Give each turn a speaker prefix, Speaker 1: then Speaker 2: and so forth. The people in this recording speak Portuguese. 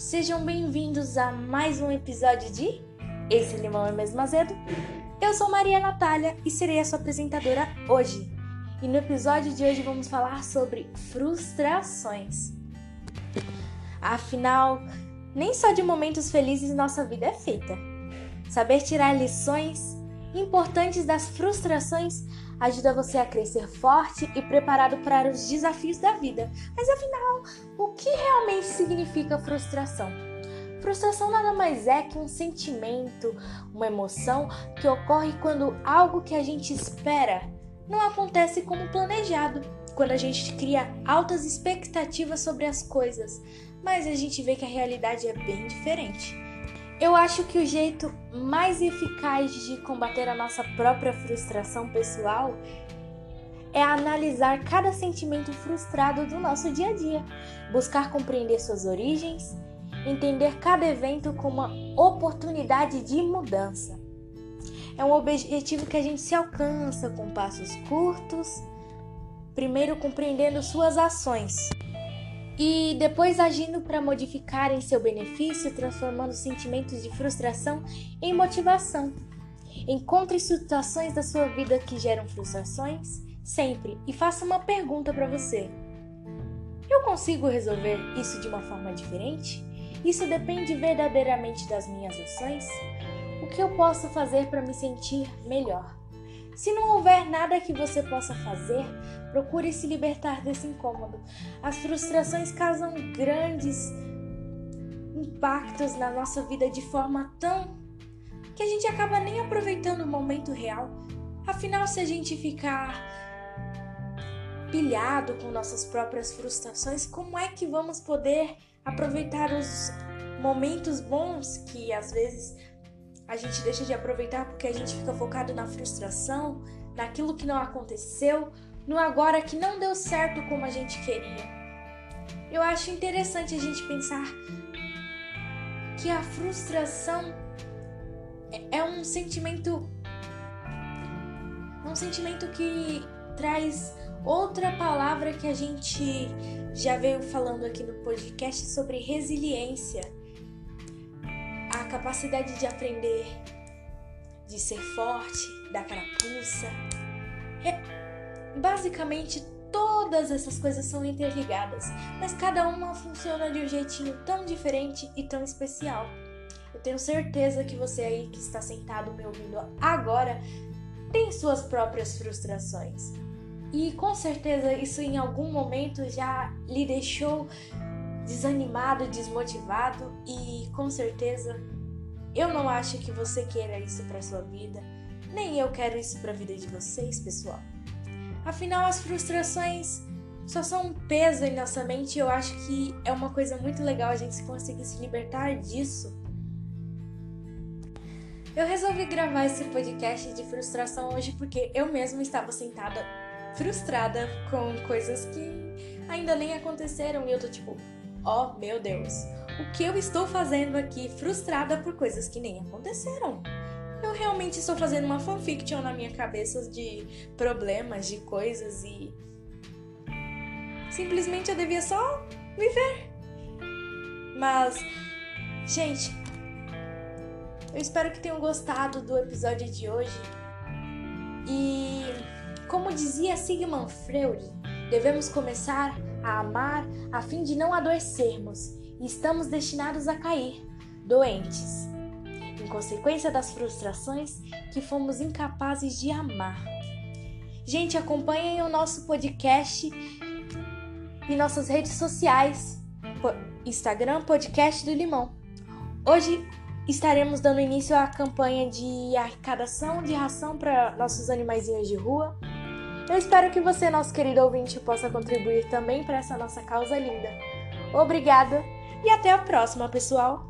Speaker 1: Sejam bem-vindos a mais um episódio de Esse Limão é Mesmo Azedo. Eu sou Maria Natália e serei a sua apresentadora hoje. E no episódio de hoje vamos falar sobre frustrações. Afinal, nem só de momentos felizes nossa vida é feita. Saber tirar lições importantes das frustrações ajuda você a crescer forte e preparado para os desafios da vida. Mas afinal, o que realmente significa frustração? Frustração nada mais é que um sentimento, uma emoção que ocorre quando algo que a gente espera não acontece como planejado. Quando a gente cria altas expectativas sobre as coisas, mas a gente vê que a realidade é bem diferente. Eu acho que o jeito mais eficaz de combater a nossa própria frustração pessoal é analisar cada sentimento frustrado do nosso dia a dia, buscar compreender suas origens, entender cada evento como uma oportunidade de mudança. É um objetivo que a gente se alcança com passos curtos, primeiro compreendendo suas ações e depois agindo para modificar em seu benefício, transformando sentimentos de frustração em motivação. Encontre situações da sua vida que geram frustrações sempre e faça uma pergunta para você. Eu consigo resolver isso de uma forma diferente? Isso depende verdadeiramente das minhas ações? O que eu posso fazer para me sentir melhor? Se não houver nada que você possa fazer, procure se libertar desse incômodo. As frustrações causam grandes impactos na nossa vida de forma tão que a gente acaba nem aproveitando o momento real. Afinal, se a gente ficar pilhado com nossas próprias frustrações, como é que vamos poder aproveitar os momentos bons que às vezes a gente deixa de aproveitar porque a gente fica focado na frustração, naquilo que não aconteceu, no agora que não deu certo como a gente queria. Eu acho interessante a gente pensar que a frustração é um sentimento que traz outra palavra que a gente já veio falando aqui no podcast sobre resiliência. A capacidade de aprender, de ser forte, da carapuça. Basicamente, todas essas coisas são interligadas, mas cada uma funciona de um jeitinho tão diferente e tão especial. Eu tenho certeza que você aí que está sentado me ouvindo agora tem suas próprias frustrações. E com certeza isso em algum momento já lhe deixou desanimado, desmotivado e com certeza eu não acho que você queira isso para sua vida, nem eu quero isso para a vida de vocês, pessoal. Afinal, as frustrações só são um peso em nossa mente e eu acho que é uma coisa muito legal a gente conseguir se libertar disso. Eu resolvi gravar esse podcast de frustração hoje porque eu mesma estava sentada frustrada com coisas que ainda nem aconteceram e eu tô tipo, oh meu Deus, o que eu estou fazendo aqui frustrada por coisas que nem aconteceram? Eu realmente estou fazendo uma fanfiction na minha cabeça de problemas, de coisas e simplesmente eu devia só viver. Mas, gente, eu espero que tenham gostado do episódio de hoje e como dizia Sigmund Freud, devemos começar a amar a fim de não adoecermos e estamos destinados a cair, doentes, em consequência das frustrações que fomos incapazes de amar. Gente, acompanhem o nosso podcast e nossas redes sociais, Instagram, Podcast do Limão. Hoje estaremos dando início à campanha de arrecadação de ração para nossos animaizinhos de rua. Eu espero que você, nosso querido ouvinte, possa contribuir também para essa nossa causa linda. Obrigada e até a próxima, pessoal!